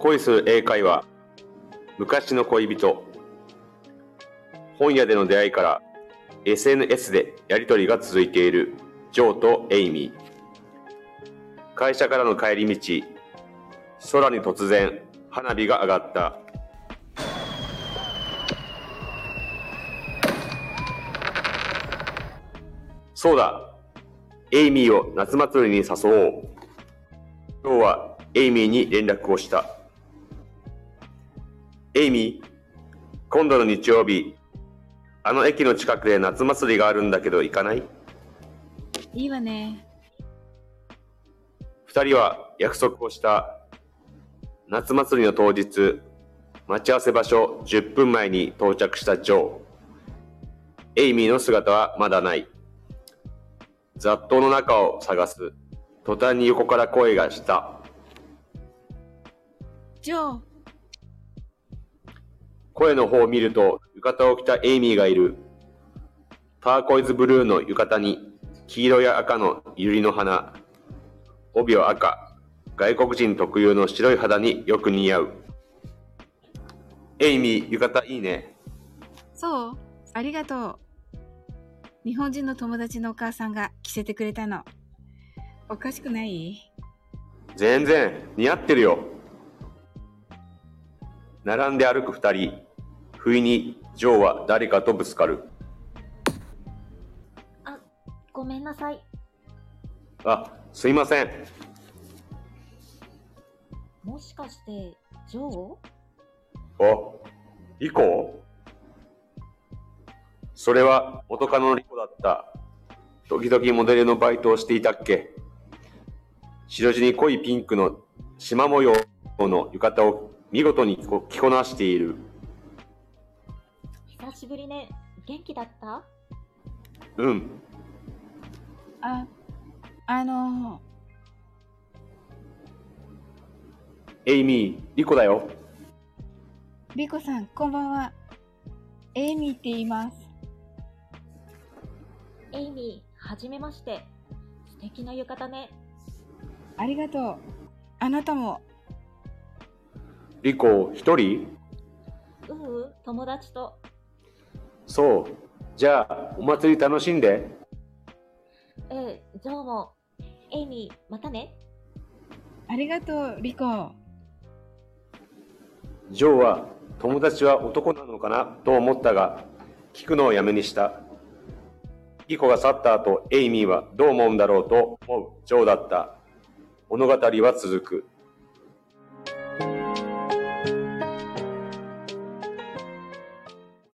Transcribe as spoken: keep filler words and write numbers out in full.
恋する英会話、昔の恋人。本屋での出会いから エスエヌエス でやりとりが続いているジョーとエイミー。会社からの帰り道、空に突然花火が上がった。そうだ、エイミーを夏祭りに誘おう。今日はエイミーに連絡をした。エイミー、今度の日曜日、あの駅の近くで夏祭りがあるんだけど行かない？ いいわね。 二人は約束をした。夏祭りの当日、待ち合わせ場所じゅっぷんまえに到着したジョー。エイミーの姿はまだない。雑踏の中を探す。途端に横から声がした。 ジョー。 声の方を見ると浴衣を着たエイミーがいる。ターコイズブルーの浴衣に黄色や赤の百合の花。帯は赤。外国人特有の白い肌によく似合う。エイミー、浴衣いいね。 そう？ありがとう。日本人の友達のお母さんが着せてくれたの。おかしくない？ 全然似合ってるよ。並んで歩く二人。不意にジョーは誰かとぶつかる。 あ、ごめんなさい。 あ、すいません。 もしかしてジョー？ あ、リコ？それは元カノのリコだった。時々モデルのバイトをしていたっけ。白地に濃いピンクの縞模様の浴衣を見事に着こなしている。 久しぶりね。元気だった？ うん。 あ、あのエイミー、リコだよ。 リコさん、こんばんは。エイミーって言います。 エイミー、はじめまして。素敵な浴衣ね。 ありがとう。あなたも。 リコ、一人？ うう、友達と。 そう。じゃあ、お祭り楽しんで。 ええ、ジョーも。エイミー、またね。 ありがとう、リコ。 ジョーは友達は男なのかなと思ったが、聞くのをやめにした。リコが去った後、エイミーはどう思うんだろうと思うジョーだった。物語は続く。